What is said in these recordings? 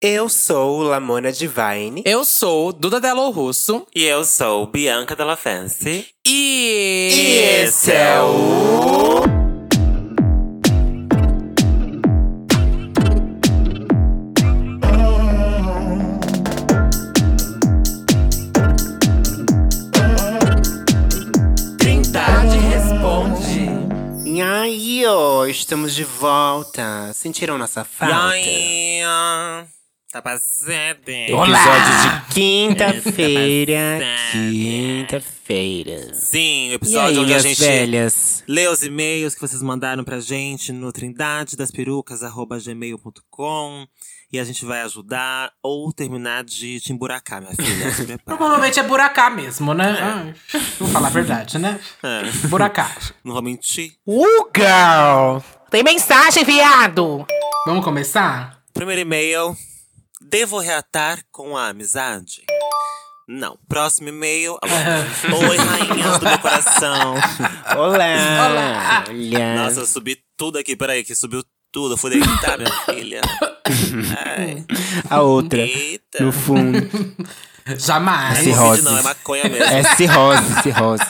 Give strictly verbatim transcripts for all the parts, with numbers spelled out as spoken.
Eu sou Lamona Divine. Eu sou Duda Delo Russo. E eu sou Bianca Della Fancy. E... e esse é o... Trindade Responde. E aí, ó, estamos de volta. Sentiram nossa falta? E aí, ó, tá passando? Episódio de quinta-feira. Tá Quinta-feira. Sim, o E episódio aí, onde a minhas gente velhas? lê os e-mails que vocês mandaram pra gente no trindade das perucas arroba gmail ponto com. E a gente vai ajudar ou terminar de te emburacar, minha filha. Se prepara. Provavelmente é buracar mesmo, né? Ah, vou falar a verdade, né? É. Buracar. Não vou mentir. Uh, girl! Tem mensagem, viado! Vamos começar? Primeiro e-mail. Devo reatar com a amizade? Não. Próximo e-mail. Oi, rainhas do meu coração. Olá! Olá. Olha. Nossa, eu subi tudo aqui. Peraí, que subiu tudo. Eu fui deitar, minha filha. Ai. A outra, Eita. no fundo. Jamais. Não é Cirrose. Covid, não, é maconha mesmo. É cirrose, cirrose.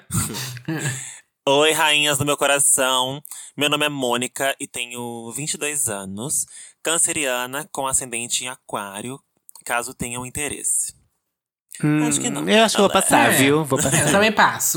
Oi, rainhas do meu coração. Meu nome é Mônica e tenho vinte e dois anos. Canceriana com ascendente em aquário, caso tenham interesse. Hum, Acho que não. Eu acho que vou passar, É. viu? Vou passar. Eu também passo.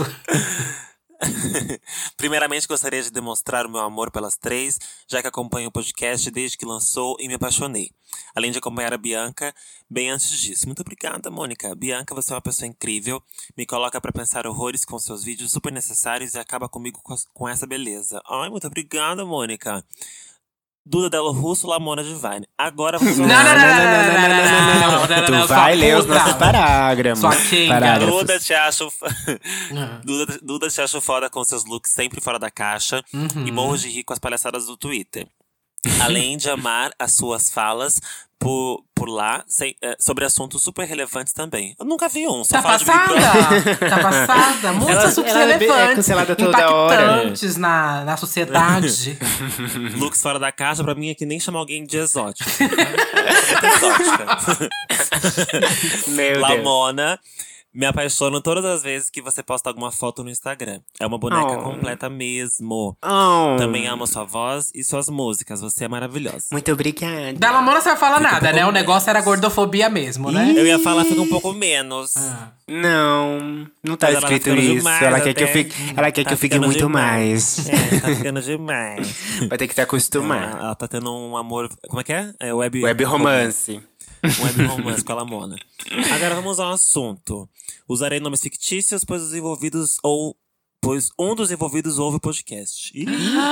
Primeiramente, gostaria de demonstrar o meu amor pelas três, já que acompanho o podcast desde que lançou e me apaixonei. Além de acompanhar a Bianca bem antes disso. Muito obrigada, Mônica. Bianca, você é uma pessoa incrível. Me coloca pra pensar horrores com seus vídeos super necessários e acaba comigo com, as- com essa beleza. Ai, muito obrigada, Mônica. Duda Delo Russo, Lamona Divine. Agora vamos Não, não, não, não, não, não, não, não, não, não, Tu não, vai sua ler os puta. nossos parágrafos. Sua quenga. Parágrafos. Duda te acho. Ah. Duda, Duda te acho foda com seus looks sempre fora da caixa. Uhum. E morro de rir com as palhaçadas do Twitter. Além de amar as suas falas por, por lá, sem- eh, sobre assuntos super relevantes também. Eu nunca vi um, só Tá fala de Big Brother. passada? Tá passada? Muitos Ela- assuntos ela é bem- é relevantes, cancelada toda hora. impactantes na, na sociedade. Looks fora da caixa, pra mim, é que nem chamar alguém de exótico. Exótica. Meu Deus. Lamona, me apaixono todas as vezes que você posta alguma foto no Instagram. É uma boneca Oh. completa mesmo. Oh, Também amo sua voz e suas músicas. Você é maravilhosa. muito obrigada. Da Lamona você vai falar Fica um nada, pouco né? O menos. negócio era gordofobia mesmo, né? Eu ia falar, fica um pouco menos. Ah. Não, não tá Mas ela tá escrito ficando isso. demais ela quer que eu até. fique, ela quer Tá que eu fique ficando muito demais. mais. É, tá ficando demais. Vai ter que se acostumar. Ela, ela tá tendo um amor. Como é que é? É web, Web romance. Um web romance com a Lamona. Agora vamos ao assunto. Usarei nomes fictícios, pois os envolvidos ou. Pois um dos envolvidos ouve o podcast. Ih.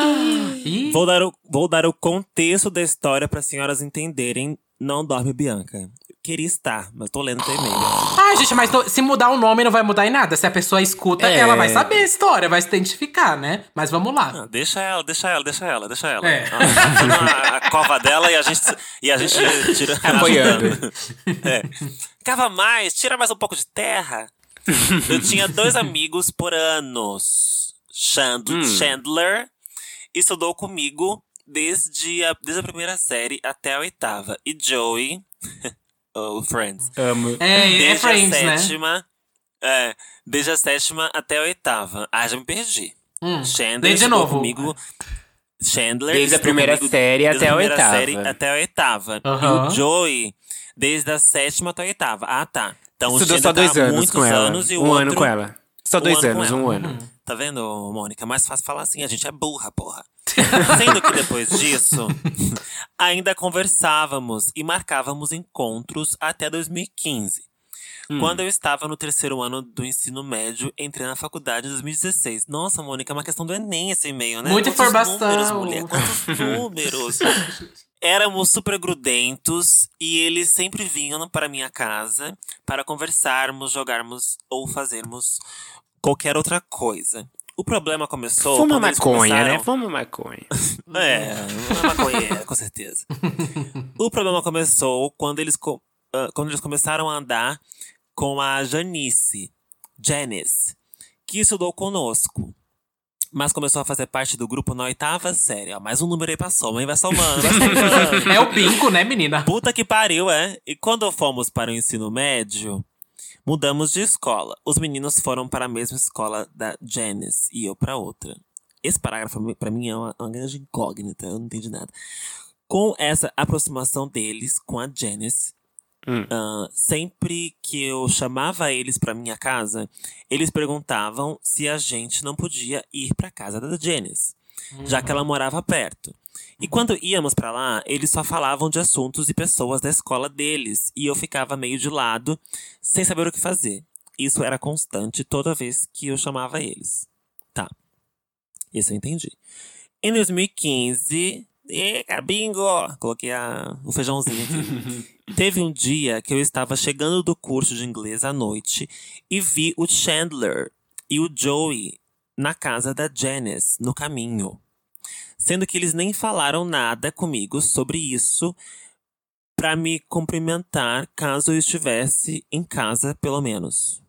Ih, Vou dar, o, vou dar o contexto da história para as senhoras entenderem. Não dorme, Bianca. Eu queria estar, mas tô lendo teu e-mail. Ah, gente, mas no- se mudar o nome não vai mudar em nada. Se a pessoa escuta, É. ela vai saber a história, vai se identificar, né? Mas vamos lá. Ah, deixa ela, deixa ela, deixa ela, deixa ela. É. Ah, tá na- a cova dela e a gente, e a gente tira. Apoiando. ajudando. É. Cava mais, tira mais um pouco de terra. Eu tinha dois amigos por anos. Chand- Hum. Chandler estudou comigo desde a, desde a primeira série até a oitava. E Joey, o Friends. Amo. É, é Desde Friends, a né? sétima. É, desde a sétima até a oitava. Ah, já me perdi. Hum. Chandler Lê de estudou novo. comigo. Chandler Desde a estudou primeira comigo série desde até a primeira oitava. série até a oitava. E Aham. o Joey, desde a sétima até a oitava. Ah, tá. Então Estudou o só Chandler dois tá há anos muitos com ela. anos e o Um outro, ano com ela. Só um dois ano com anos, ela. um ano. Tá vendo, Mônica? Mais fácil falar assim, a gente é burra, porra. Sendo que depois disso, ainda conversávamos e marcávamos encontros até dois mil e quinze. Hum. Quando eu estava no terceiro ano do ensino médio, entrei na faculdade em dois mil e dezesseis. Nossa, Mônica, é uma questão do Enem esse e-mail, né? Muita Quantos informação. números, mulher? Quantos números? Éramos super grudentos e eles sempre vinham para minha casa para conversarmos, jogarmos ou fazermos qualquer outra coisa. O problema começou Fuma quando eles maconha, começaram... né? Fuma maconha. É, uma maconheira, com certeza. O problema começou quando eles, co- ah, quando eles começaram a andar com a Janice, Janice, que estudou conosco. mas começou a fazer parte do grupo na oitava série. Ó, mais um número aí pra soma, hein? Vai somando, vai somando. É o bingo, né, menina? Puta que pariu, é? E quando fomos para o ensino médio, mudamos de escola. Os meninos foram para a mesma escola da Janice e eu para outra. Esse parágrafo, pra mim, é uma, uma grande incógnita. Eu não entendi nada. Com essa aproximação deles com a Janice, Hum. uh, sempre que eu chamava eles pra minha casa, eles perguntavam se a gente não podia ir pra casa da Janice, já que ela morava perto. E quando íamos pra lá, eles só falavam de assuntos e pessoas da escola deles, e eu ficava meio de lado, sem saber o que fazer. Isso era constante toda vez que eu chamava eles. Tá, isso eu entendi. Em dois mil e quinze… Eca, bingo! Coloquei a, o feijãozinho aqui. Teve um dia que eu estava chegando do curso de inglês à noite e vi o Chandler e o Joey na casa da Janice, no caminho. Sendo que eles nem falaram nada comigo sobre isso pra me cumprimentar caso eu estivesse em casa, pelo menos.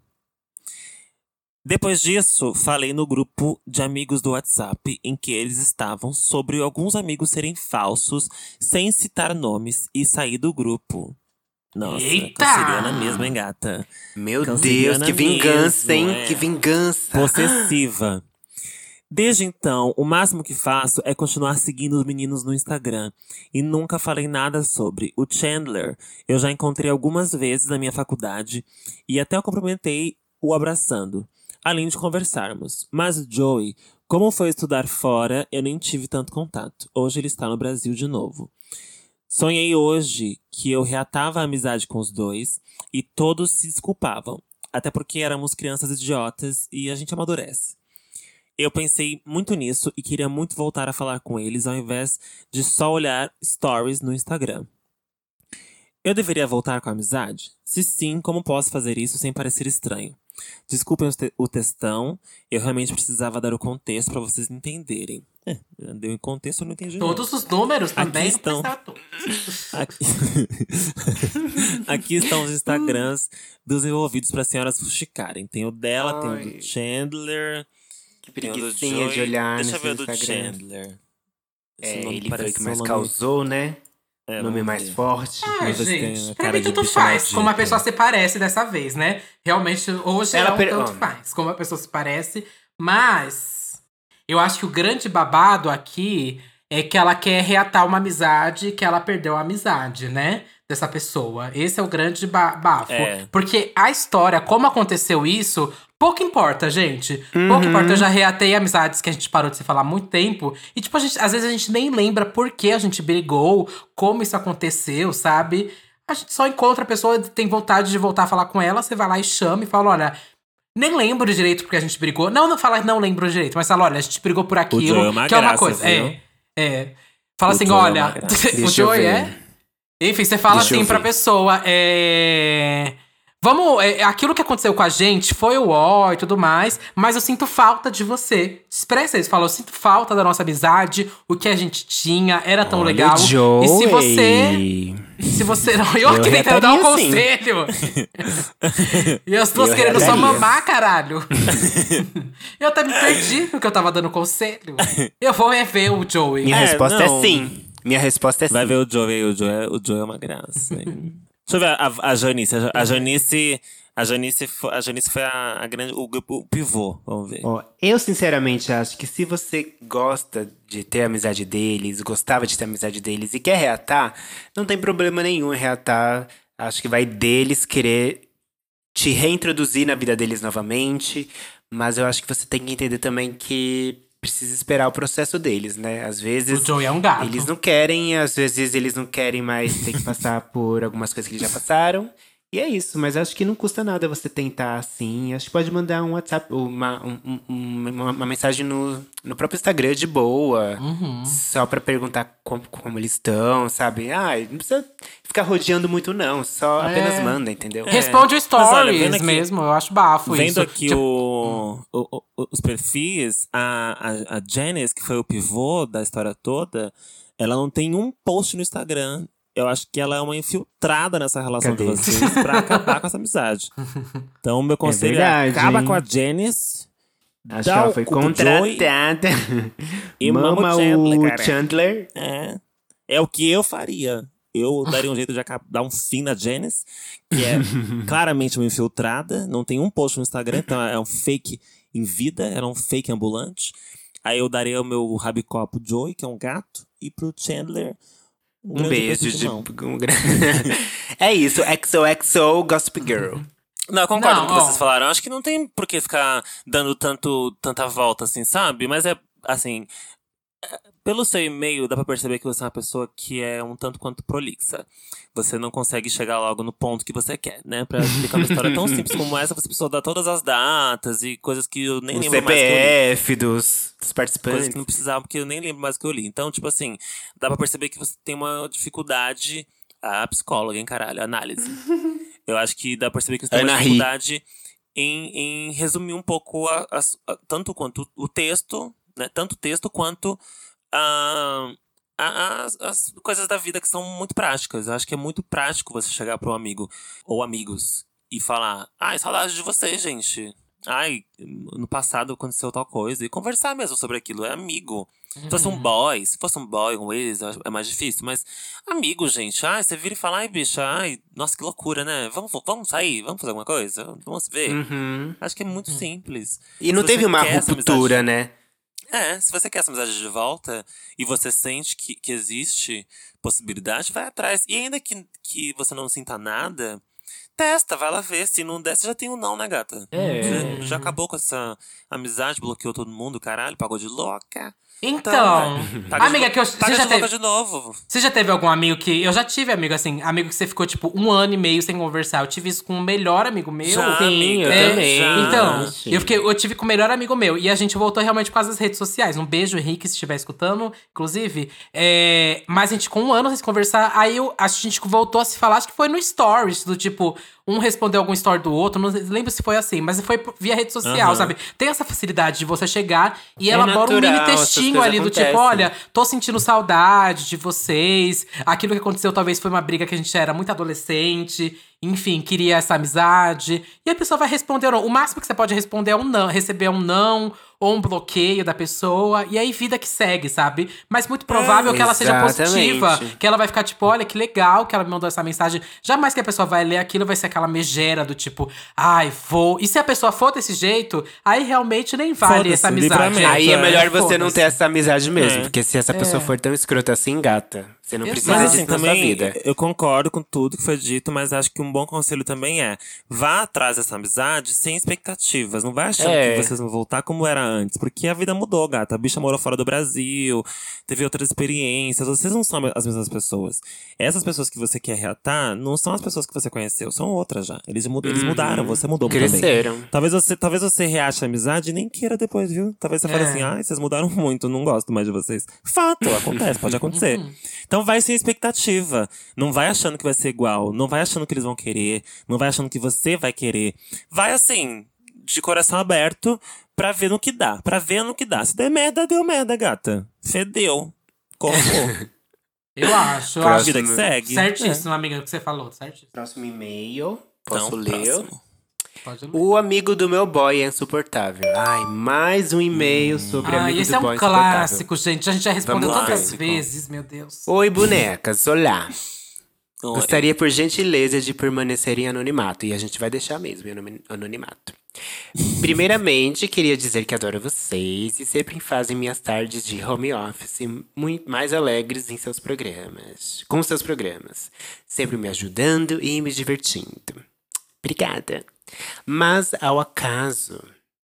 Depois disso, falei no grupo de amigos do WhatsApp em que eles estavam sobre alguns amigos serem falsos, sem citar nomes, e saí do grupo. Nossa, Eita! canceriana mesmo, hein, gata? Meu Deus, Canceriana que vingança, mesmo, hein? é. Que vingança. Possessiva. Desde então, o máximo que faço é continuar seguindo os meninos no Instagram. E nunca falei nada sobre. O Chandler, eu já encontrei algumas vezes na minha faculdade e até eu cumprimentei o abraçando, além de conversarmos. Mas o Joey, como foi estudar fora, eu nem tive tanto contato. Hoje ele está no Brasil de novo. Sonhei hoje que eu reatava a amizade com os dois e todos se desculpavam. Até porque éramos crianças idiotas e a gente amadurece. Eu pensei muito nisso e queria muito voltar a falar com eles ao invés de só olhar stories no Instagram. Eu deveria voltar com a amizade? Se sim, como posso fazer isso sem parecer estranho? Desculpem o, te o textão, eu realmente precisava dar o contexto pra vocês entenderem. É, deu em contexto, eu não entendi. Todos os números também. Aqui estão. Não precisa todos. Aqui... Aqui estão os Instagrams dos envolvidos para as senhoras fuxicarem. Tem o dela, tem o Ai. do Chandler. Que tem o do preguicinha de Joey. olhar Deixa eu nesse ver o do Instagram. Chandler. Esse É, nome ele foi o parece que um mais nome- causou, né? É, Nome vamos mais ver. forte. Ah, Vamos ver se tem gente, a pra cara mim de tanto bicha faz. maldita. Como a pessoa se parece dessa vez, né? Realmente, hoje Ela é um per- tanto ó. faz. Como a pessoa se parece. Mas, eu acho que o grande babado aqui é que ela quer reatar uma amizade, que ela perdeu a amizade, né? Dessa pessoa. Esse é o grande ba- bafo. É. Porque a história, como aconteceu isso, pouco importa, gente. Pouco Uhum. importa. Eu já reatei amizades que a gente parou de se falar há muito tempo. E, tipo, a gente, às vezes a gente nem lembra por que a gente brigou, como isso aconteceu, sabe? A gente só encontra a pessoa, tem vontade de voltar a falar com ela, você vai lá e chama e fala, olha… Nem lembro direito porque a gente brigou. Não, não fala não lembro direito, mas fala, olha, a gente brigou por aquilo, Joey é uma que é uma graça, coisa. viu? É, é. Fala O assim, Joey é olha, uma graça. o Deixa eu Joey ver. é… Enfim, você fala Deixa eu assim pra ver. pessoa, é… Vamos, é, aquilo que aconteceu com a gente foi o ó e tudo mais, mas eu sinto falta de você. Expressa isso, fala, eu sinto falta da nossa amizade, o que a gente tinha, era tão Olha, legal. Joey. E se você… Se você não… Eu, Eu querendo dar um reataria, sim. conselho. E as duas Eu querendo só reataria. mamar, caralho. Eu até me perdi no que eu tava dando conselho. Eu vou rever o Joey. Minha É, resposta não. é sim. Minha resposta é sim. Vai ver o Joey, o Joey, é- o Joey é uma graça. hein? Deixa eu ver a, a Janice. A Ja- a Janice, a Janice, fo- a Janice foi a, a grande, o, o pivô. Vamos ver. Ó, eu sinceramente acho que se você gosta de ter a amizade deles, gostava de ter a amizade deles e quer reatar, não tem problema nenhum em reatar. Acho que vai deles querer te reintroduzir na vida deles novamente. Mas eu acho que você tem que entender também que precisa esperar o processo deles, né? Às vezes O Joey é um gato. eles não querem, às vezes eles não querem mais ter que passar por algumas coisas que eles já passaram. E é isso, mas acho que não custa nada você tentar assim. Acho que pode mandar um WhatsApp, uma, um- um- um- uma, uma mensagem no, no próprio Instagram de boa. Uhum. Só pra perguntar como, como eles estão, sabe? Ah, não precisa ficar rodeando muito, não. Só apenas manda, entendeu? Responde o Mas olha, stories vendo aqui- mesmo, eu acho bafo Vendo isso. aqui Tipo, o, o- o- os perfis, a, a, a Janice, que foi o pivô da história toda, ela não tem um post no Instagram. Eu acho que ela é uma infiltrada nessa relação Cadê? de vocês pra acabar com essa amizade. Então, meu conselho é, verdade, acaba hein? com a Janice Acho que Dá ela o foi cu pro Joey contratada. e Mama mama o Chandler, o cara. Chandler. É. É o que eu faria. Eu daria um jeito de aca- dar um fim na Janice, que é claramente uma infiltrada. Não tem um post no Instagram, então é um fake em vida, era um fake ambulante. Aí eu daria o meu rabicó pro Joey, que é um gato, e pro Chandler um, Um grande beijo aperto de. mão. um gra- é isso, X O X O Gossip Girl. Não, eu concordo Não, com o que ó. vocês falaram. Acho que não tem por que ficar dando tanto, tanta volta, assim, sabe? Mas é, assim, é, pelo seu e-mail, dá pra perceber que você é uma pessoa que é um tanto quanto prolixa. Você não consegue chegar logo no ponto que você quer, né? Pra explicar uma história tão simples como essa, você precisa dar todas as datas e coisas que eu nem O lembro mais que eu li. C P F dos, dos Coisas participantes. que não precisava, porque eu nem lembro mais o que eu li. Então, tipo assim, dá pra perceber que você tem uma dificuldade. Ah, psicóloga, hein, caralho? Análise. Eu acho que dá pra perceber que você tem uma Ana Ri. dificuldade em, em resumir um pouco a- as- a- tanto quanto o texto, né? Tanto o texto quanto a, a- as, as coisas da vida que são muito práticas. Eu acho que é muito prático você chegar para um amigo ou amigos e falar: ai, saudade de você, gente. Ai, no passado aconteceu tal coisa. E conversar mesmo sobre aquilo. É amigo. Se fosse um boy, se fosse um boy, um ex, eu acho- é mais difícil. Mas amigo, gente. Ai, você vira e fala: ai, bicha, ai, nossa, que loucura, né? Vamos, vamos sair? Vamos fazer alguma coisa? Vamos se ver? Uhum. Acho que é muito simples. E não Se teve você uma quer essa ruptura, amizade- né? É, se você quer essa amizade de volta e você sente que, que existe possibilidade, vai atrás. E ainda que, que você não sinta nada, testa, vai lá ver. Se não der, você já tem um não, né, gata? É. Já, já acabou com essa amizade, bloqueou todo mundo, caralho, pagou de louca. Então, Paga amiga, de, que eu, paga você já de louca teve, de novo. você já teve algum amigo que… Eu já tive amigo assim, amigo que você ficou tipo um ano e meio sem conversar. Eu tive isso com o melhor amigo meu. Já, Sim, amiga, eu É, também. Então, Ixi. eu, fiquei, eu tive com o melhor amigo meu. E a gente voltou realmente por causa das redes sociais. Um beijo, Henrique, se estiver escutando, inclusive. É, mas a gente, com um ano sem se conversar, aí eu, a gente voltou a se falar, acho que foi no Stories, do tipo, um respondeu algum story do outro. Não lembro se foi assim, mas foi via rede social, Aham. sabe? Tem essa facilidade de você chegar e É elabora um mini natural, essas textinho coisas ali do tipo, acontecem. olha, tô sentindo saudade de vocês. Aquilo que aconteceu talvez foi uma briga que a gente era muito adolescente. Enfim, queria essa amizade. E a pessoa vai responder ou não. O máximo que você pode responder é um não. Receber um não ou um bloqueio da pessoa. E aí, vida que segue, sabe? Mas muito provável É, que ela seja positiva. exatamente. Que ela vai ficar tipo, olha, que legal que ela me mandou essa mensagem. Jamais que a pessoa vai ler aquilo vai ser aquela megera do tipo, ai, vou. E se a pessoa for desse jeito, aí realmente nem vale Foda-se, essa amizade. livramento. Aí é É, melhor você não foda-se. ter essa amizade mesmo. É. Porque se essa pessoa for tão escrota assim, gata, você não Exato. precisa Mas disso assim, na sua também, vida. eu concordo com tudo que foi dito, mas acho que um bom conselho também é: vá atrás dessa amizade sem expectativas. Não vai achando É. que vocês vão voltar como era antes. Porque a vida mudou, gata. A bicha morou fora do Brasil, teve outras experiências. Vocês não são as mesmas pessoas. Essas pessoas que você quer reatar não são as pessoas que você conheceu, são outras já. Eles, mud- eles mudaram, você mudou também. Cresceram. Talvez você, talvez você reache a amizade e nem queira depois, viu? Talvez você fale É. assim: ai, vocês mudaram muito, não gosto mais de vocês. Fato, acontece, pode acontecer. Então vai sem expectativa. Não vai achando que vai ser igual. Não vai achando que eles vão querer. Não vai achando que você vai querer. Vai assim, de coração aberto, pra ver no que dá. Pra ver no que dá. Se der merda, deu merda, gata. Fedeu. Cortou. Eu acho, eu A acho. vida que segue. Certíssimo, amiga, o que você falou, certíssimo. Próximo e-mail. Posso Então, ler? próximo. Pode ler. O amigo do meu boy é insuportável. Ai, mais um e-mail sobre Ah, amigo esse do é boy um insuportável. clássico, gente. A gente já respondeu Vamos lá. tantas Clássico. vezes, meu Deus. Oi, bonecas. Olá. Oi. Gostaria, por gentileza, de permanecer em anonimato. E a gente vai deixar mesmo em anoni- anonimato. Primeiramente, queria dizer que adoro vocês e sempre fazem minhas tardes de home office muito mais alegres em seus programas. Com seus programas. Sempre me ajudando e me divertindo. Obrigada. Mas ao acaso.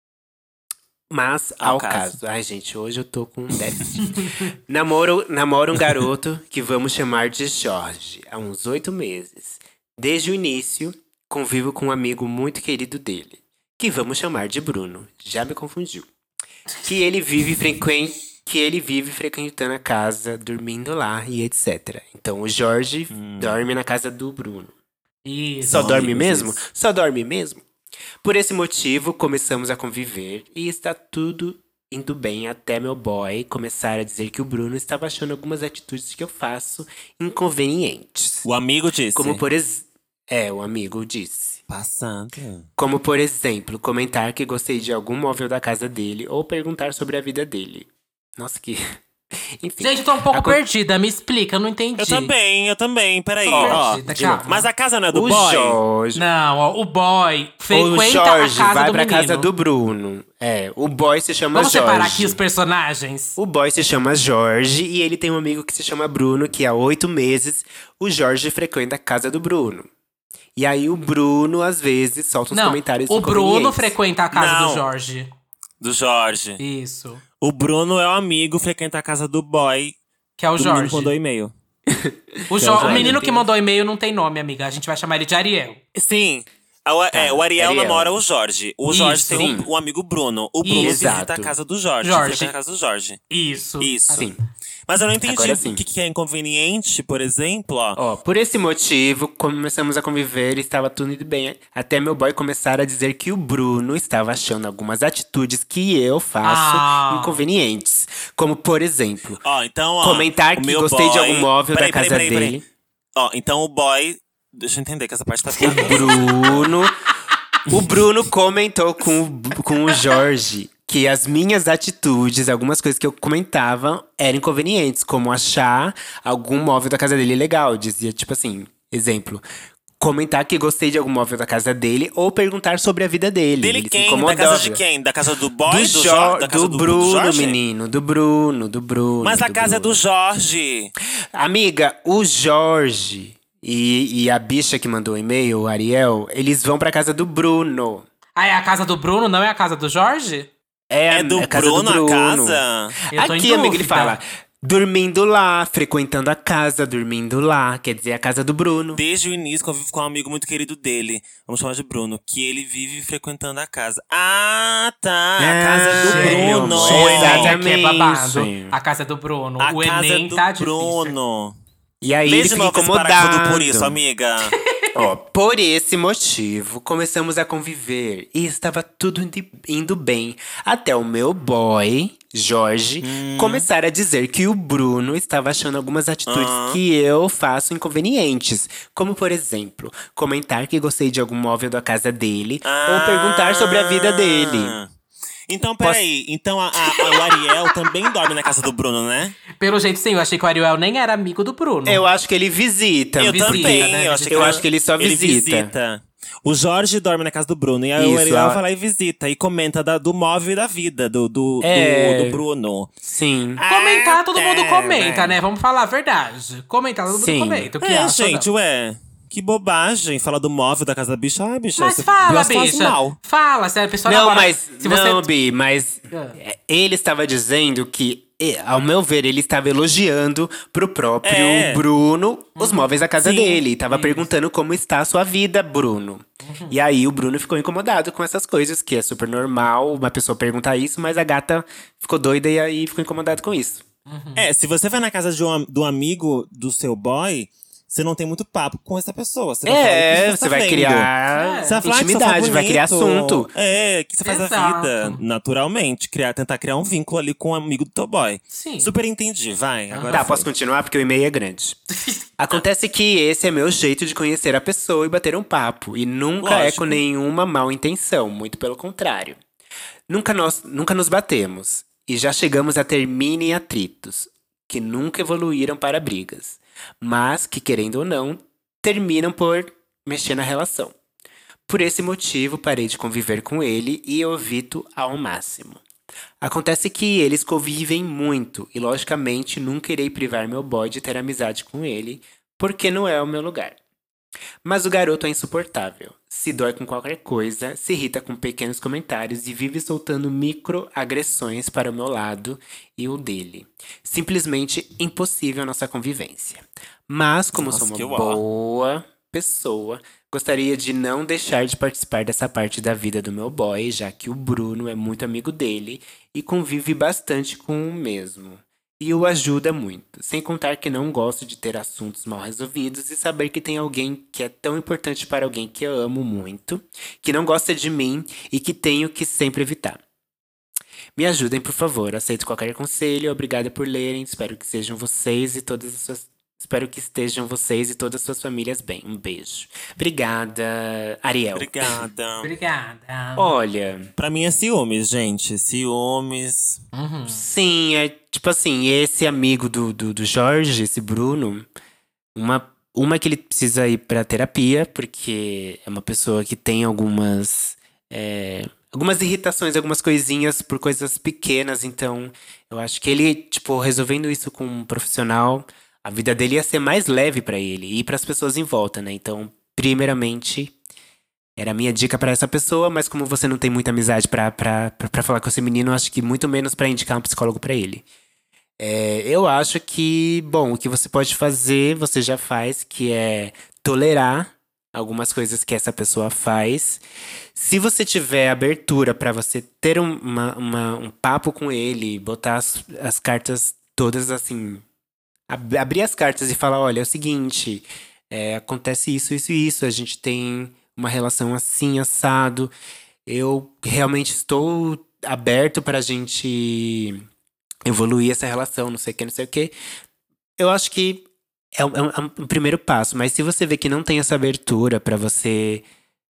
Mas ao, Ao caso. caso. Ai, gente, hoje eu tô com um déficit. namoro, namoro um garoto que vamos chamar de Jorge há uns oito meses. Desde o início, convivo com um amigo muito querido dele, que vamos chamar de Bruno. Já me confundiu. Que ele vive frequen... que ele vive frequentando a casa, dormindo lá e etcétera. Então o Jorge dorme na casa do Bruno. Isso. Só Não, dorme amigos, mesmo? isso. Só dorme mesmo? Por esse motivo, começamos a conviver e está tudo indo bem até meu boy começar a dizer que o Bruno estava achando algumas atitudes que eu faço inconvenientes. O amigo disse. Como por exemplo. É, o amigo disse. Passando. Como, por exemplo, comentar que gostei de algum móvel da casa dele ou perguntar sobre a vida dele. Nossa, que. Enfim. Gente, eu tô um pouco Acon- perdida. Me explica, eu não entendi. Eu também, eu também. Peraí, Tô ó. perdida, de novo. calma. Mas a casa não é do o boy? Jorge. Não, ó, o boy O frequenta Jorge a casa vai do pra menino. casa do Bruno. É, o boy se chama Vamos Jorge. separar aqui os personagens? O boy se chama Jorge e ele tem um amigo que se chama Bruno, que há oito meses o Jorge frequenta a casa do Bruno. E aí o Bruno, às vezes, solta uns Não, comentários o Bruno inconvenientes. frequenta a casa Não. do Jorge. Do Jorge. Isso. O Bruno é o amigo, frequenta a casa do boy. Que é o Do menino Jorge. que mandou e-mail. O, Jo- é o o Jorge. menino que mandou e-mail não tem nome, amiga. A gente vai chamar ele de Ariel. Sim. O, é, o Ariel, Ariel. namora o Jorge. O Jorge Isso. tem Sim. um, um amigo Bruno. O Bruno Isso. visita Exato. a casa do Jorge. Jorge. Frequenta a casa do Jorge. Isso. Isso. Sim. Mas eu não entendi Agora o sim. que, que é inconveniente, por exemplo, ó. Ó, por esse motivo, começamos a conviver e estava tudo indo bem. Até meu boy começar a dizer que o Bruno estava achando algumas atitudes que eu faço Ah. inconvenientes. Como, por exemplo, Ó, então, ó. comentar o que meu gostei de boy- algum móvel Peraí, da casa peraí, peraí, dele. peraí. Ó, então o boy. Deixa eu entender que essa parte tá O ficando. Bruno. O Bruno comentou com o, com o Jorge que as minhas atitudes, algumas coisas que eu comentava, eram inconvenientes, como achar algum móvel da casa dele legal. Dizia, tipo assim, exemplo. Comentar que gostei de algum móvel da casa dele ou perguntar sobre a vida dele. Dele Ele se quem? Da incomodava. casa de quem? Da casa do boy? Do, Do, Jo- Jo- da casa do do, Bruno, do Jorge? menino. Do Bruno, do Bruno. Mas a do casa é Bruno. do Jorge. Amiga, o Jorge e, e a bicha que mandou o e-mail, o Ariel, eles vão pra casa do Bruno. Ah, é a casa do Bruno, não é a casa do Jorge? É, É do a casa Bruno do Bruno. a casa? Eu tô em Aqui, amigo, ele dúvida. fala… Dormindo lá, frequentando a casa, dormindo lá. Quer dizer, a casa do Bruno. Desde o início, convivo com um amigo muito querido dele. Vamos chamar de Bruno. Que ele vive frequentando a casa. Ah, tá. A casa é do Ah, Bruno. sim, O Enem exatamente. que é babado. A casa é do Bruno. A o casa Enem é do tá difícil. Bruno. E aí Lê ele de fica novo esse parágrafo incomodado. do Por Isso, amiga. Ó, por esse motivo, começamos a conviver e estava tudo indo- indo bem. Até o meu boy, Jorge, Hum. começar a dizer que o Bruno estava achando algumas atitudes Ah. que eu faço inconvenientes. Como, por exemplo, comentar que gostei de algum móvel da casa dele ou perguntar sobre a vida dele. Ah. Então, peraí. Então, a, a- o Ariel também dorme na casa do Bruno, né? Pelo jeito, sim. Eu achei que o Ariel nem era amigo do Bruno. Eu acho que ele visita. Eu Visita, também. né? Eu, acho que, Eu acho que ele só ele visita. visita. O Jorge dorme na casa do Bruno. E aí o Isso, Ariel a- vai lá e visita. E comenta da- do móvel e da vida do, do, É. do, do Bruno. Sim. Comentar, todo mundo é, comenta, é. né? Vamos falar a verdade. Comentar, todo mundo Sim. comenta. O que É, acha, gente, não? ué. Que bobagem. Fala do móvel da casa da bicha. Ah, bicha. Mas você- fala, duas faz bicha. mal. Fala, sério. A pessoa Não, namora- mas. Se você... Não, Bi, mas. Ah. é, Ele estava dizendo que, e, ao meu ver, ele estava elogiando pro próprio É. Bruno os móveis da casa Sim. dele. Tava perguntando como está a sua vida, Bruno. E aí o Bruno ficou incomodado com essas coisas, que é super normal uma pessoa perguntar isso, mas a gata ficou doida e aí ficou incomodado com isso. É, se você vai na casa de um, do amigo do seu boy, você não tem muito papo com essa pessoa. Você vai falar o que É, tá você vai vendo. criar Você vai falar que você intimidade, tá vai criar bonito. assunto. É, que você faz a Exato. vida, naturalmente. Criar, tentar criar um vínculo ali com o amigo do teu boy. Sim. Super entendi, vai. Agora Tá, foi. posso continuar porque o e-mail é grande. Acontece que esse é meu jeito de conhecer a pessoa e bater um papo. E nunca é Lógico. com nenhuma mal intenção, muito pelo contrário. Nunca, nós, nunca nos batemos. E já chegamos a ter mini atritos, que nunca evoluíram para brigas. Mas que, querendo ou não, terminam por mexer na relação. Por esse motivo, parei de conviver com ele e eu evito ao máximo. Acontece que eles convivem muito e, logicamente, nunca irei privar meu boy de ter amizade com ele, porque não é o meu lugar. Mas o garoto é insuportável. Se dói com qualquer coisa, se irrita com pequenos comentários e vive soltando microagressões para o meu lado e o dele. Simplesmente impossível a nossa convivência. Mas, como Nossa, sou que uma uó. boa pessoa, gostaria de não deixar de participar dessa parte da vida do meu boy, já que o Bruno é muito amigo dele e convive bastante com o mesmo. E o ajuda muito, sem contar que não gosto de ter assuntos mal resolvidos e saber que tem alguém que é tão importante para alguém que eu amo muito, que não gosta de mim e que tenho que sempre evitar. Me ajudem, por favor, aceito qualquer conselho, obrigada por lerem, espero que sejam vocês e todas as suas Espero que estejam vocês e todas as suas famílias bem. Um beijo. Obrigada, Ariel. Obrigada. Obrigada. Olha, Pra mim é ciúmes, gente. Ciúmes. sim, é tipo assim, esse amigo do, do, do Jorge, esse Bruno, uma, uma que ele precisa ir pra terapia, porque é uma pessoa que tem algumas, é, algumas irritações, algumas coisinhas por coisas pequenas, então eu acho que ele, tipo, resolvendo isso com um profissional, a vida dele ia ser mais leve pra ele e pras pessoas em volta, né? Então, primeiramente, era a minha dica pra essa pessoa, mas como você não tem muita amizade pra, pra, pra, pra falar com esse menino, eu acho que muito menos pra indicar um psicólogo pra ele. É, eu acho que, bom, o que você pode fazer, você já faz, que é tolerar algumas coisas que essa pessoa faz. Se você tiver abertura pra você ter um, uma, uma- um papo com ele, botar as, as cartas todas assim, ab- abrir as cartas e falar, olha, é o seguinte, é, acontece isso, isso e isso, a gente tem uma relação assim, assado. Eu realmente estou aberto pra gente evoluir essa relação, não sei o que, não sei o que. Eu acho que é um, é um- é um primeiro passo, mas se você vê que não tem essa abertura pra você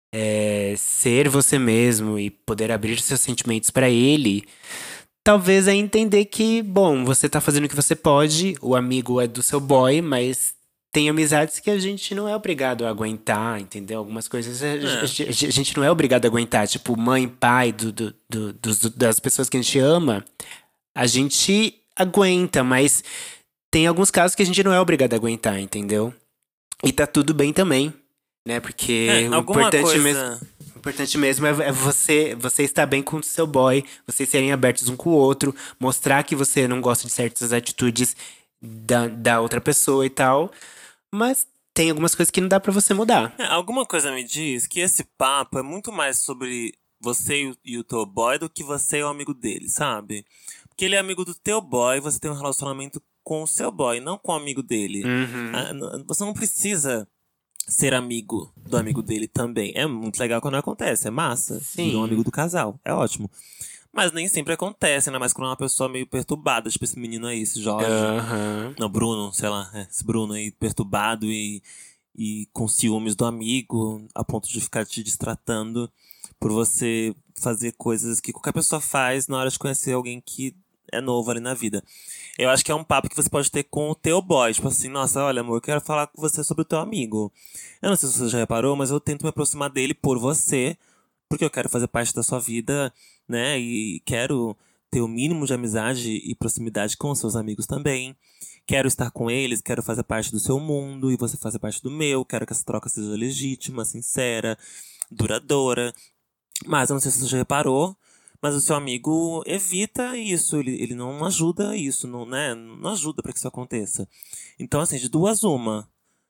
é, ser você mesmo e poder abrir seus sentimentos pra ele, talvez é entender que, bom, você tá fazendo o que você pode, o amigo é do seu boy, mas tem amizades que a gente não é obrigado a aguentar, entendeu? Algumas coisas a, a- a- a gente não é obrigado a aguentar, tipo mãe, pai, do, do- do- dos- das pessoas que a gente ama, a gente aguenta, mas tem alguns casos que a gente não é obrigado a aguentar, entendeu? E tá tudo bem também, né? Porque É, o alguma importante coisa. mesmo. O importante mesmo é, é você, você estar bem com o seu boy, vocês serem abertos um com o outro, mostrar que você não gosta de certas atitudes da, da outra pessoa e tal. Mas tem algumas coisas que não dá pra você mudar. É, alguma coisa me diz que esse papo é muito mais sobre você e o, e o teu boy do que você é o amigo dele, sabe? Porque ele é amigo do teu boy, você tem um relacionamento com o seu boy, não com o amigo dele. Uhum. Ah, n- Você não precisa ser amigo do amigo dele também. É muito legal quando acontece, é massa. Sim. Vira um amigo do casal, é ótimo. Mas nem sempre acontece, ainda mais quando é uma pessoa meio perturbada, tipo esse menino aí, esse Jorge. Aham. Não, Bruno, sei lá, é, esse Bruno aí perturbado e, e com ciúmes do amigo, a ponto de ficar te distratando por você fazer coisas que qualquer pessoa faz na hora de conhecer alguém que é novo ali na vida. Eu acho que é um papo que você pode ter com o teu boy, tipo assim, nossa, olha amor, eu quero falar com você sobre o teu amigo. Eu não sei se você já reparou, mas eu tento me aproximar dele por você, porque eu quero fazer parte da sua vida, né, e quero ter o mínimo de amizade e proximidade com os seus amigos também. Quero estar com eles, quero fazer parte do seu mundo e você fazer parte do meu. Quero que essa troca seja legítima, sincera, duradoura. Mas eu não sei se você já reparou, mas o seu amigo evita isso, ele, ele não ajuda isso, não, né? Não ajuda pra que isso aconteça. Então, assim, de duas uma.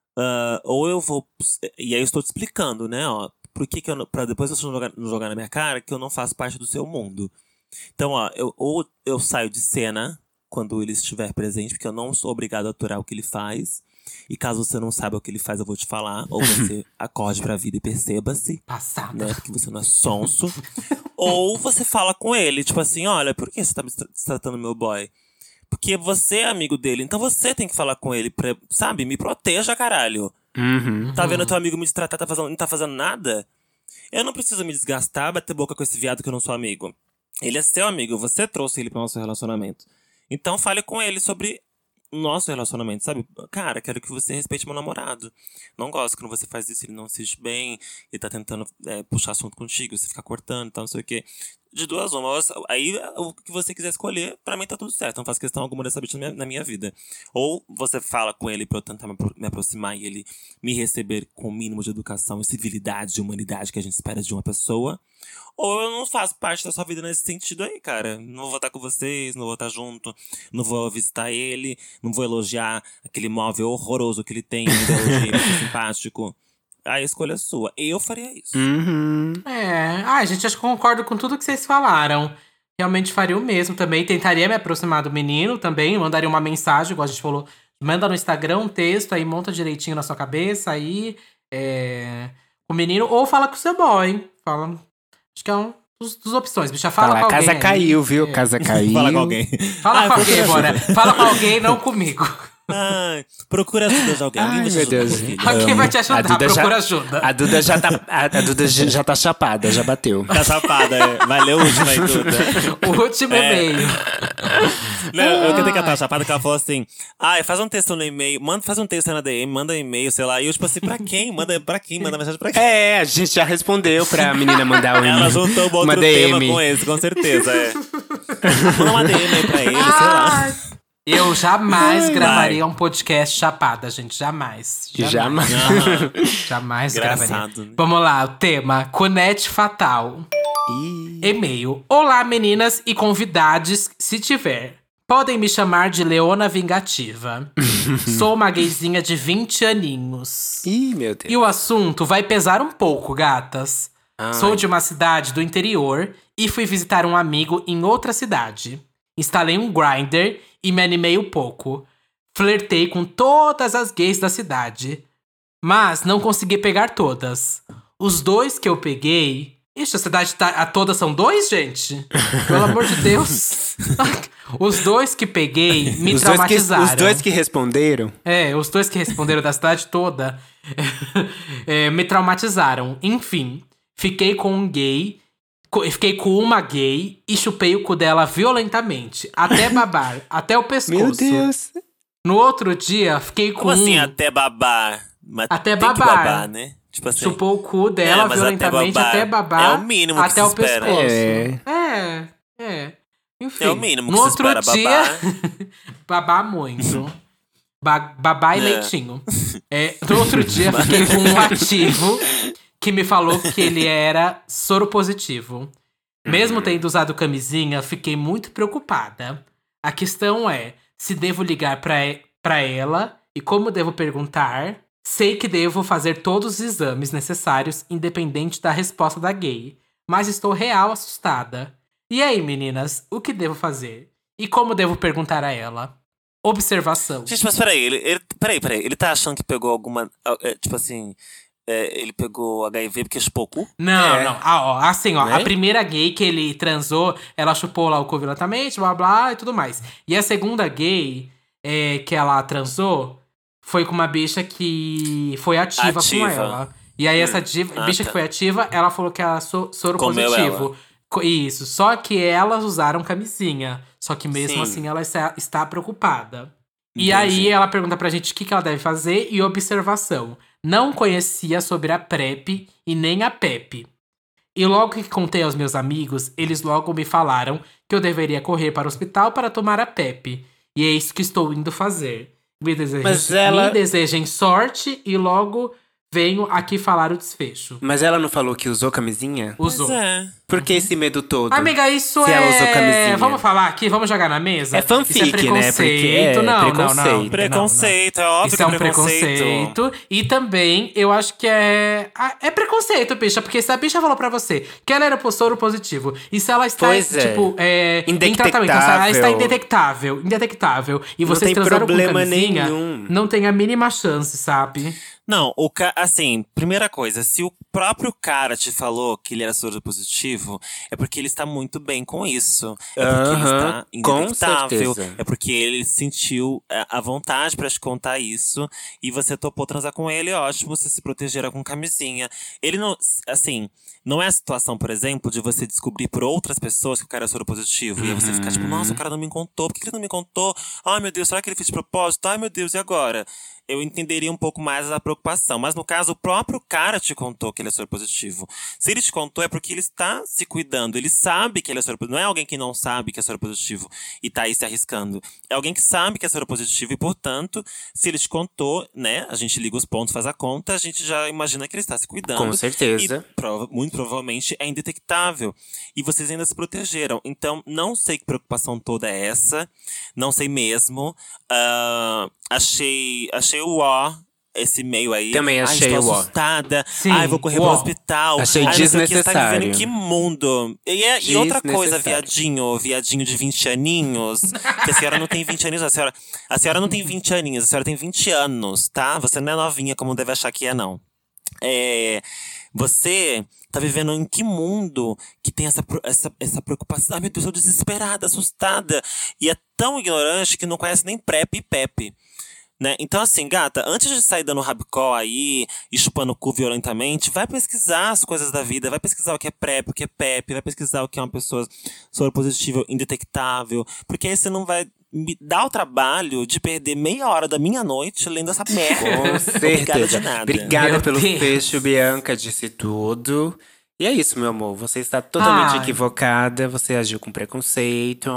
Ah, ou eu vou. E aí eu estou te explicando, né? Ó, por que, que eu não. Pra depois você não jogar, não jogar na minha cara que eu não faço parte do seu mundo. Então, ó, eu, ou eu saio de cena quando ele estiver presente, porque eu não sou obrigado a aturar o que ele faz. E caso você não saiba o que ele faz, eu vou te falar. Ou você acorde pra vida e perceba-se, Passada. né? Porque você não é sonso. Ou você fala com ele, tipo assim, olha, por que você tá me tra- tratando meu boy? Porque você é amigo dele, então você tem que falar com ele, pra, sabe? Me proteja, caralho. Uhum. Tá vendo teu amigo me destratar, tá fazendo, não tá fazendo nada? Eu não preciso me desgastar, bater boca com esse viado que eu não sou amigo. Ele é seu amigo, você trouxe ele pro nosso relacionamento. Então fale com ele sobre o nosso relacionamento, sabe? Cara, quero que você respeite meu namorado. Não gosto quando você faz isso, ele não se sente bem, ele tá tentando é, puxar assunto contigo, você fica cortando e tal, não sei o quê. De duas uma. Aí o que você quiser escolher, pra mim tá tudo certo. Não faço questão alguma dessa bicha na minha, na minha vida. Ou você fala com ele pra eu tentar me, apro- me aproximar e ele me receber com o mínimo de educação e civilidade e humanidade que a gente espera de uma pessoa. Ou eu não faço parte da sua vida nesse sentido aí, cara. Não vou estar com vocês, não vou estar junto, não vou visitar ele, não vou elogiar aquele móvel horroroso que ele tem, não vou elogiar ele ser simpático. A escolha é sua. Eu faria isso. Uhum. É. Ai, gente, acho que concordo com tudo que vocês falaram. Realmente faria o mesmo também. Tentaria me aproximar do menino também. Mandaria uma mensagem, igual a gente falou. Manda no Instagram um texto, aí monta direitinho na sua cabeça, aí. É, o menino. Ou fala com o seu boy. Fala. Acho que é um dos, dos opções. Bicha, fala Fala, com alguém. casa aí. caiu, viu? É. Casa caiu. Fala com alguém. Fala Ah, com eu tô alguém, achando. bora. Fala com alguém, não comigo. Ai, procura ajuda de alguém. Alguém Ai, vai te meu ajudar, Deus. filho. Alguém vai te A ajudar, Duda procura já, ajuda. A Duda já tá, a, a Duda já já tá chapada, já bateu. Tá chapada, é. Vai ler o último aí, Duda. O último e-mail. Não, eu cantei que ela tava chapada, que ela falou assim: ai, faz um texto no e-mail, manda, faz um texto na D M, manda um e-mail, sei lá. E eu, tipo assim, pra quem? Manda pra quem? Manda mensagem pra quem? É, a gente já respondeu pra menina mandar um Ela e-mail. juntou um uma outro D tema M. com esse, com certeza, é. Manda uma D M aí pra ele, sei lá. Ai, eu jamais gravaria um podcast chapada, gente. Jamais. Jamais. Aham. Jamais Engraçado, gravaria. né? Vamos lá, o tema: Conete Fatal. Ih, E-mail. Olá, meninas e convidades, se tiver. Podem me chamar de Leona Vingativa. Sou uma gayzinha de vinte aninhos. Ih, meu Deus. E o assunto vai pesar um pouco, gatas. Ai. Sou de uma cidade do interior e fui visitar um amigo em outra cidade. Instalei um Grindr e me animei um pouco. Flertei com todas as gays da cidade, mas não consegui pegar todas. Os dois que eu peguei… Ixi, a cidade tá… A todas são dois, gente? Pelo amor de Deus. Os dois que peguei me Os dois, que, traumatizaram. os dois que responderam. É, os dois que responderam da cidade toda é, me traumatizaram. Enfim, fiquei com um gay, co- fiquei com uma gay e chupei o cu dela violentamente, até babar, até o pescoço. Meu Deus. No outro dia, fiquei com Como assim, um, até babar? Mas Até tem que babar. babar, né? Tipo assim. chupou o cu dela É, mas violentamente até até babar babar, é o mínimo que até se o espera. pescoço. É. É, é. Enfim, É o mínimo no que se outro espera, dia, babar. babar muito. Ba babá e É. leitinho. É, no outro dia, fiquei com um ativo que me falou que ele era soro positivo. Mesmo tendo usado camisinha, fiquei muito preocupada. A questão é se devo ligar pra, e- pra ela e como devo perguntar. Sei que devo fazer todos os exames necessários, independente da resposta da gay. Mas estou real assustada. E aí, meninas, o que devo fazer? E como devo perguntar a ela? Observação. Gente, mas peraí, ele, ele, peraí, peraí. Ele tá achando que pegou alguma. é, tipo assim. é, ele pegou H I V porque chupou o cu? Não, É. não. Ah, ó, assim, ó. Né? A primeira gay que ele transou, ela chupou lá o cu violentamente, blá blá e tudo mais. E a segunda gay é, que ela transou foi com uma bicha que foi ativa, Ativa. com ela. E aí, essa diva- Ah, bicha tá. que foi ativa, ela falou que era so, soro Comeu positivo. Co- Isso. Só que elas usaram camisinha. Só que mesmo Sim. assim ela está, está preocupada. E Entendi. aí ela pergunta pra gente o que, que ela deve fazer e observação. Não conhecia sobre a PrEP e nem a PEP. E logo que contei aos meus amigos, eles logo me falaram que eu deveria correr para o hospital para tomar a PEP. E é isso que estou indo fazer. Me desejem, Mas ela- me desejem sorte e logo venho aqui falar o desfecho. Mas ela não falou que usou camisinha? Usou. Pois é. Por que esse medo todo? Amiga, isso Se é… ela usou camisinha. Vamos falar aqui? Vamos jogar na mesa? É fanfic, isso é preconceito. né? Porque é não, não, não, preconceito. não. Preconceito, é óbvio Isso que é é um preconceito. preconceito. E também, eu acho que é… ah, é preconceito, bicha. Porque se a bicha falou pra você que ela era soro positivo, e se ela está, Pois é. tipo, é, em tratamento, então, se ela está indetectável, indetectável, e Não vocês tem transaram com problema camisinha, nenhum. não tem a mínima chance, sabe? Não, o ca... assim, primeira coisa, se o próprio cara te falou que ele era soro positivo, é porque ele está muito bem com isso. É porque ele Aham, está com indetectável. certeza. É porque ele sentiu é, a vontade pra te contar isso e você topou transar com ele, ótimo, você se protegera com camisinha. Ele não, assim, não é a situação, por exemplo, de você descobrir por outras pessoas que o cara é soro positivo. E aí você ficar tipo, nossa, o cara não me contou, por que ele não me contou? Ai, meu Deus, será que ele fez de propósito? Ai, meu Deus, e agora? Eu entenderia um pouco mais a preocupação. Mas no caso, o próprio cara te contou que ele é soro positivo. Se ele te contou, é porque ele está se cuidando. Ele sabe que ele é soro positivo. Não é alguém que não sabe que é soro positivo e tá aí se arriscando. É alguém que sabe que é soro positivo e, portanto, se ele te contou, né? A gente liga os pontos, faz a conta, a gente já imagina que ele está se cuidando. Com certeza. E prova- muito provavelmente é indetectável. E vocês ainda se protegeram. Então, não sei que preocupação toda é essa. Não sei mesmo. Ah, achei, achei o ó. Esse e-mail aí. Também achei Ai, estou o ó. assustada. Sim, Ai, vou correr o pro ó. hospital. Achei Ai, não sei o que, Você tá desnecessário. vivendo em que mundo? E, é- e outra coisa, Desnecessário. viadinho, viadinho de vinte aninhos. Que a senhora não tem vinte aninhos, a senhora, a senhora não tem vinte aninhos, a senhora tem vinte anos, tá? Você não é novinha como deve achar que é, não. É, você tá vivendo em que mundo que tem essa, pro- essa, essa preocupação? Ai, meu Deus, eu tô desesperada, assustada. E é tão ignorante que não conhece nem PrEP e PEP. Né? Então, assim, gata, antes de sair dando rabicó aí e chupando o cu violentamente, vai pesquisar as coisas da vida, vai pesquisar o que é PrEP, o que é PEP, vai pesquisar o que é uma pessoa soropositiva indetectável, porque aí você não vai me dar o trabalho de perder meia hora da minha noite lendo essa merda. Com Obrigada de certeza. nada. Obrigada Meu pelo Deus. fecho, Bianca, disse tudo. E é isso, meu amor. Você está totalmente Ai. equivocada. Você agiu com preconceito.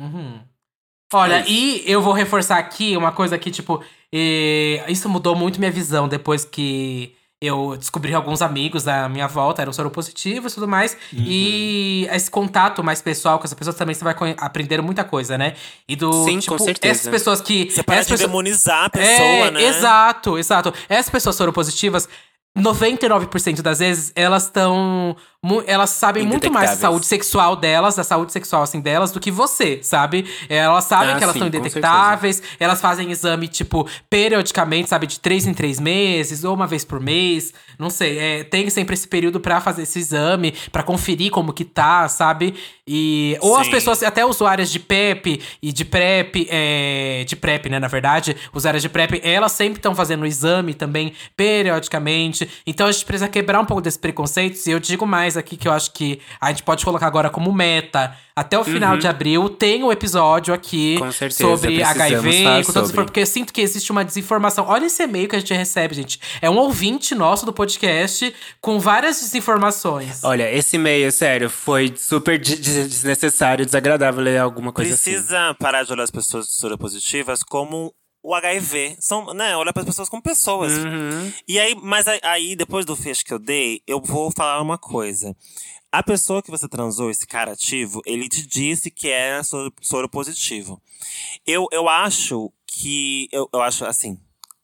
Olha, É isso. e eu vou reforçar aqui uma coisa que, tipo, eh, isso mudou muito minha visão depois que eu descobri alguns amigos da minha volta, eram soropositivos e tudo mais. Uhum. E esse contato mais pessoal com essa pessoa também você vai conhe- aprender muita coisa, né? E do, Sim, tipo, com certeza. essas pessoas que… Você para essas de pessoas- demonizar a pessoa, é, né? Exato, exato. Essas pessoas soropositivas, noventa e nove por cento das vezes, elas estão… Elas sabem muito mais da Indetectáveis. saúde sexual delas, da saúde sexual, assim, delas, do que você, sabe? Elas sabem Ah, que elas sim, estão com indetectáveis, elas fazem exame, tipo, periodicamente, sabe? De três em três meses, ou uma vez por mês. Não sei, é, tem sempre esse período pra fazer esse exame, pra conferir como que tá, sabe? E… Ou as Sim. pessoas, até usuárias de PEP e de PrEP, é, de PrEP, né, na verdade, usuárias de PrEP, elas sempre estão fazendo o exame também, periodicamente. Então a gente precisa quebrar um pouco desses preconceitos. E eu digo mais aqui que eu acho que a gente pode colocar agora como meta. Até o final de abril tem um episódio aqui Com certeza, sobre H I V, precisamos falar com todas as sobre. infor- porque eu sinto que existe uma desinformação. Olha esse e-mail que a gente recebe, gente. É um ouvinte nosso do podcast com várias desinformações. Olha, esse e-mail, sério, foi super de- de- desnecessário, desagradável ler alguma coisa assim. Precisa parar de olhar as pessoas soropositivas como o H I V. São, né, olhar para as pessoas como pessoas. Uhum. E aí, mas aí- aí, depois do fecho que eu dei, eu vou falar uma coisa. A pessoa que você transou, esse cara ativo, ele te disse que era soro- soropositivo. Eu, eu acho que… Eu, eu acho, assim…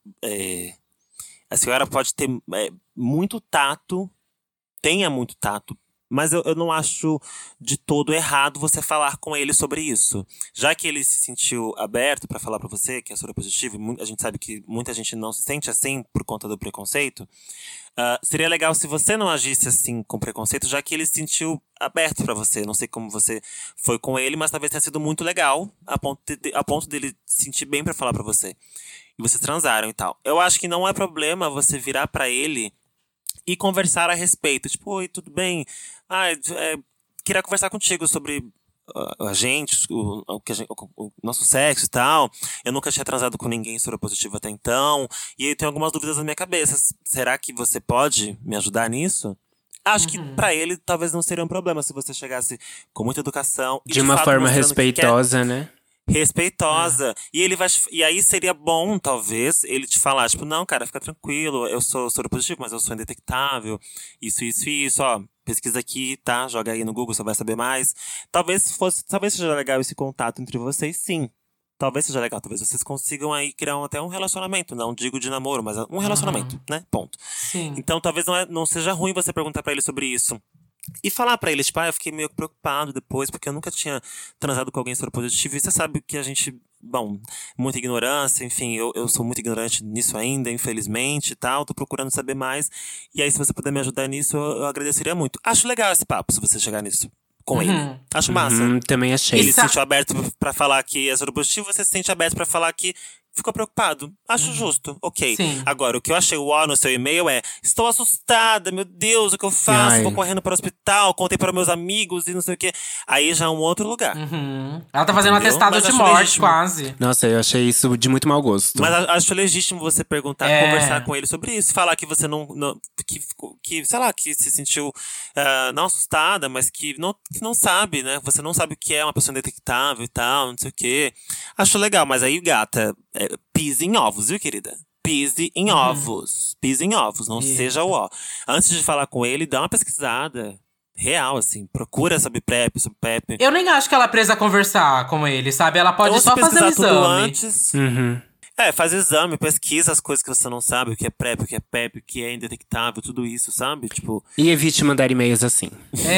é, a senhora pode ter é, muito tato, tenha muito tato, mas eu, eu não acho de todo errado você falar com ele sobre isso. Já que ele se sentiu aberto pra falar pra você que é soropositivo, e mu- a gente sabe que muita gente não se sente assim por conta do preconceito, ah, seria legal se você não agisse assim com preconceito, já que ele se sentiu aberto pra você. Não sei como você foi com ele, mas talvez tenha sido muito legal a ponto, de, a ponto dele se sentir bem pra falar pra você. E vocês transaram e tal. Eu acho que não é problema você virar pra ele e conversar a respeito. Tipo, oi, tudo bem? Ah, é, queria conversar contigo sobre uh, a gente, o, o, que a gente, o, o nosso sexo e tal. Eu nunca tinha transado com ninguém soropositivo até então. E aí eu tenho algumas dúvidas na minha cabeça. Será que você pode me ajudar nisso? Acho que pra ele talvez não seria um problema se você chegasse com muita educação. e De uma fato forma mostrando que quer- respeitosa, né? respeitosa. E ele vai. E aí seria bom, talvez, ele te falar, tipo, não, cara, fica tranquilo, eu sou soropositivo, mas eu sou indetectável. Isso, isso e isso, ó. Pesquisa aqui, tá? Joga aí no Google, você vai saber mais. Talvez fosse. Talvez seja legal esse contato entre vocês, sim. Talvez seja legal, talvez vocês consigam aí criar um- até um relacionamento. Não digo de namoro, mas um relacionamento, né? Ponto. Sim. Então talvez não, é- não seja ruim você perguntar pra ele sobre isso. E falar pra ele, tipo, ah, eu fiquei meio preocupado depois, porque eu nunca tinha transado com alguém soropositivo. E você sabe que a gente, bom, muita ignorância, enfim, eu, eu sou muito ignorante nisso ainda, infelizmente e tal. Tô procurando saber mais. E aí, se você puder me ajudar nisso, eu, eu agradeceria muito. Acho legal esse papo, se você chegar nisso com ele. Acho massa. Hum, também achei. Ele E se sa- sentiu aberto pra falar que é soropositivo, você se sente aberto pra falar que ficou preocupado. Acho justo, ok. Sim. Agora, o que eu achei o ó no seu e-mail é: estou assustada, meu Deus, o que eu faço? Ai. Vou correndo para o hospital, contei para meus amigos e não sei o quê. Aí já é um outro lugar. Uhum. Ela tá fazendo um Entendeu? atestado Mas de acho morte, legítimo. quase. Nossa, eu achei isso de muito mau gosto. Mas a- acho legítimo você perguntar, É. conversar com ele sobre isso. Falar que você não. não- que, ficou- que, sei lá, que se sentiu ah, não assustada, mas que não, que não sabe, né? Você não sabe o que é uma pessoa indetectável e tal, não sei o quê. Acho legal, mas aí, gata, é, pise em ovos, viu, querida? Pise em ovos. Pise em ovos, não Isso. seja o ó. Antes de falar com ele, dá uma pesquisada real, assim. Procura sobre PrEP, sobre PEP. Eu nem acho que ela é presa a conversar com ele, sabe? Ela pode Ou se só fazer o pesquisar tudo exame. antes. Uhum. É, faz exame, pesquisa as coisas que você não sabe, o que é PrEP, o que é PEP, o que é indetectável, tudo isso, sabe? Tipo, E evite mandar e-mails assim.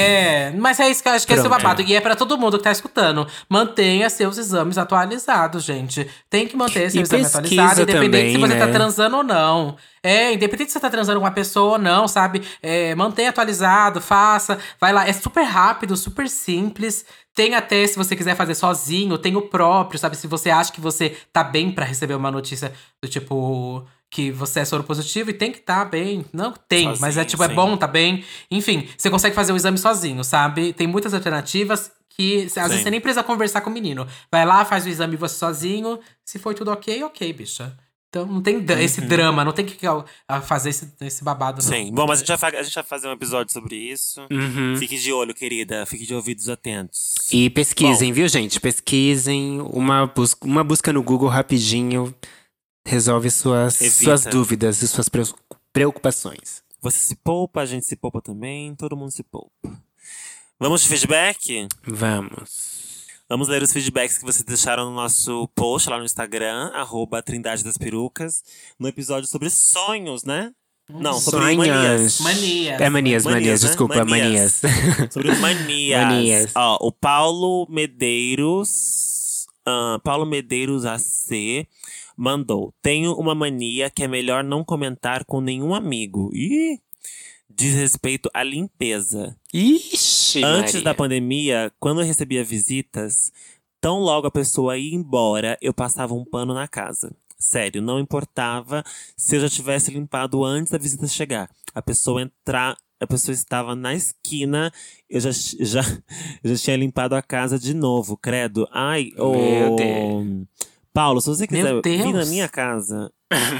É, mas é isso que eu acho que esse é o Pronto. babado. E é pra todo mundo que tá escutando. Mantenha seus exames atualizados, gente. Tem que manter seu E exame pesquisa atualizado, independente se também, você tá né? transando ou não. É, independente se você tá transando com uma pessoa ou não, sabe? É, mantenha atualizado, faça. Vai lá. É super rápido, super simples. tem até, se você quiser fazer sozinho, tem o próprio, sabe? Se você acha que você tá bem pra receber uma notícia do tipo… que você é soro positivo e tem que estar tá bem. Não, tem, Sozinho, mas é tipo, sim. é bom, tá bem. Enfim, você consegue fazer o exame sozinho, sabe? Tem muitas alternativas que às vezes Sim. você nem precisa conversar com o menino. Vai lá, faz o exame você sozinho. Se for tudo ok, ok, bicha. Então não tem d- esse drama, não tem que ó, a fazer esse, esse babado, não. Sim. Bom, mas a gente, vai, fa- a gente vai fazer um episódio sobre isso. Uhum. Fique de olho, querida. Fique de ouvidos atentos. E pesquisem, viu, gente? Pesquisem. Uma, bus uma busca no Google rapidinho resolve suas, Evita. suas dúvidas e suas preo- preocupações. Você se poupa, a gente se poupa também. Todo mundo se poupa. Vamos de feedback? Vamos. Vamos ler os feedbacks que vocês deixaram no nosso post lá no Instagram, arroba Trindade das Perucas, no episódio sobre sonhos, né? Não, sobre Sonhos. manias. Manias. É manias, manias, Manias, né? desculpa, manias. Manias. Sobre manias. Manias. Ó, o Paulo Medeiros, ah, Paulo Medeiros A C mandou: tenho uma mania que é melhor não comentar com nenhum amigo. Ih! Diz respeito à limpeza. Ixi, Antes Maria. da pandemia, quando eu recebia visitas, tão logo a pessoa ia embora, eu passava um pano na casa. Sério, não importava se eu já tivesse limpado antes da visita chegar. A pessoa entrar, a pessoa estava na esquina, eu já, já, já tinha limpado a casa de novo, credo. Ai, Meu ô… Deus. Paulo, se você quiser Meu vir na Deus. minha casa,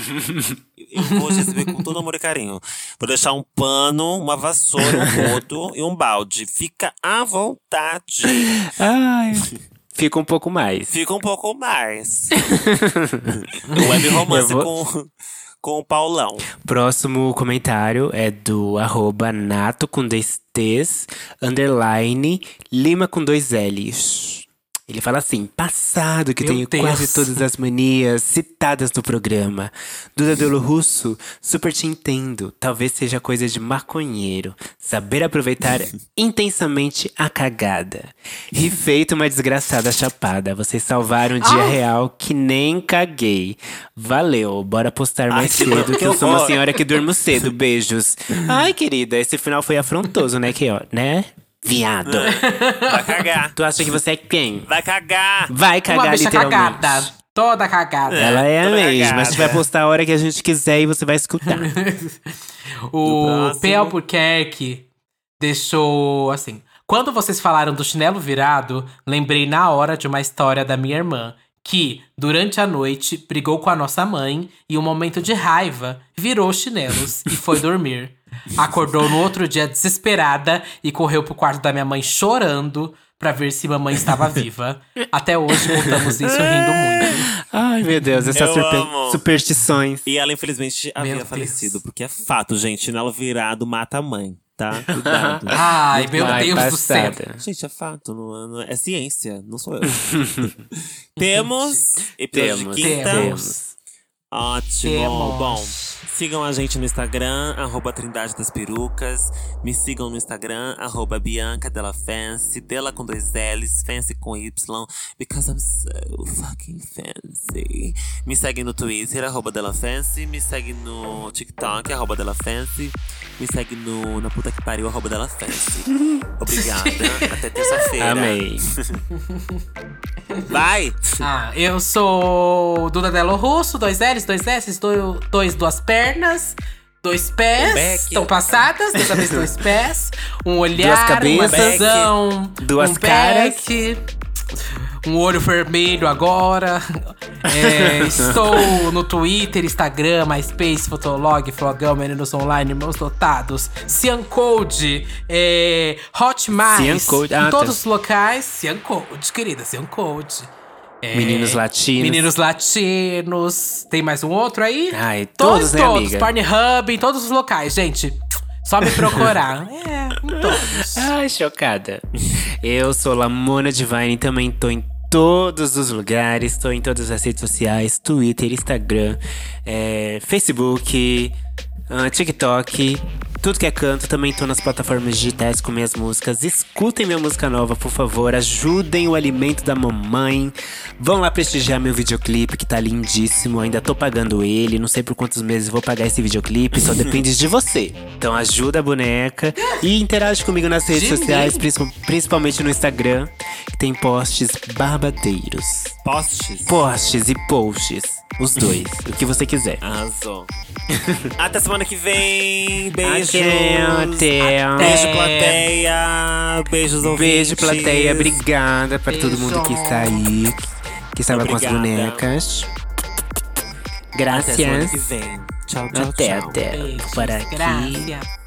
eu vou te receber com todo amor e carinho. Vou deixar um pano, uma vassoura, um rodo e um balde. Fica à vontade. Ai, fica um pouco mais. Fica um pouco mais. Web romance Eu vou- com, com o Paulão. Próximo comentário é do arroba nato com dois T's, underline, lima com dois L's. Ele fala assim: passado que Meu tenho Deus. quase todas as manias citadas no programa. Duda Delo Russo, super te entendo. Talvez seja coisa de maconheiro. Saber aproveitar intensamente a cagada. E feito uma desgraçada chapada. Vocês salvaram um dia Ah. real que nem caguei. Valeu, bora postar mais que cedo, que eu sou uma horror. senhora que durmo cedo. Beijos. Ai, querida, esse final foi afrontoso, né, que ó, né? Viado. Vai cagar. Tu acha que você é quem? Vai cagar. Vai Uma cagar bicha literalmente. cagada. Toda cagada. Ela é a Toda mesma. cagada. A gente vai postar a hora que a gente quiser e você vai escutar. O próximo. P. Albuquerque deixou assim: quando vocês falaram do chinelo virado, lembrei na hora de uma história da minha irmã, que, durante a noite, brigou com a nossa mãe e, um momento de raiva, virou os chinelos e foi dormir. Acordou no outro dia desesperada e correu pro quarto da minha mãe chorando pra ver se mamãe estava viva. Até hoje contamos isso rindo muito. Ai, meu Deus, essas Eu surpe- amo. superstições. E ela, infelizmente, havia Deus. falecido. Porque é fato, gente. Chinelo virado mata a mãe, tá? Cuidado. Ai, meu Ai, Deus do céu. passada. Gente, é fato. Não, não- é ciência. Não sou eu. Temos episódio Temos, de quinta. temos. Ótimo. Temos. Bom, sigam a gente no Instagram, arroba Trindade das Perucas. Me sigam no Instagram, arroba Bianca Della Fancy. Della com dois L's, Fancy com Y. Because I'm so fucking fancy. Me segue no Twitter, arroba Della Fancy. Me segue no TikTok, arroba Della Fancy. Me segue no Na Puta Que Pariu, arroba Della Fancy. Obrigada. Até terça-feira. Amei. Vai! Ah, eu sou Duda Delo Russo, dois L's, dois S, dois, dois duas pernas, dois pés, back. estão passadas, dessa vez dois pés, um olhar, Duas cabeças, uma visão, duas um caras. back, um olho vermelho agora. É, estou no Twitter, Instagram, MySpace, Fotolog, Flogão, Meninos Online, Irmãos Lotados, Ciancode, é, Hotmais, Ciancode, em ah, todos tá. os locais. Ciancode, querida, Ciancode. É, Meninos latinos. Meninos latinos. Tem mais um outro aí? Ai, todos, né, todos. amiga? Pornhub, em todos os locais, gente. Só me procurar. É, em todos. Ai, chocada. Eu sou Lamona Divine, também tô em todos os lugares. Tô em todas as redes sociais, Twitter, Instagram, é, Facebook, ah, TikTok. Tudo que é canto, também tô nas plataformas digitais com minhas músicas. Escutem minha música nova, por favor. Ajudem o alimento da mamãe. Vão lá prestigiar meu videoclipe, que tá lindíssimo. Ainda tô pagando ele. Não sei por quantos meses vou pagar esse videoclipe. Só depende de você. Então ajuda a boneca. E interage comigo nas redes De sociais, mim? principal- principalmente no Instagram. tem posts babadeiros. Postes? Posts e posts. Os dois. O que você quiser. Arrasou. Até semana que vem. Beijos. Até, até. Beijo, plateia. Beijos, ouvintes. Beijo, plateia. Obrigada pra todo mundo que está aí. Que estava com as Obrigada. bonecas. Até semana Graças. que vem. Tchau, tchau, Até, tchau. até. Beijos, Por aqui. graças.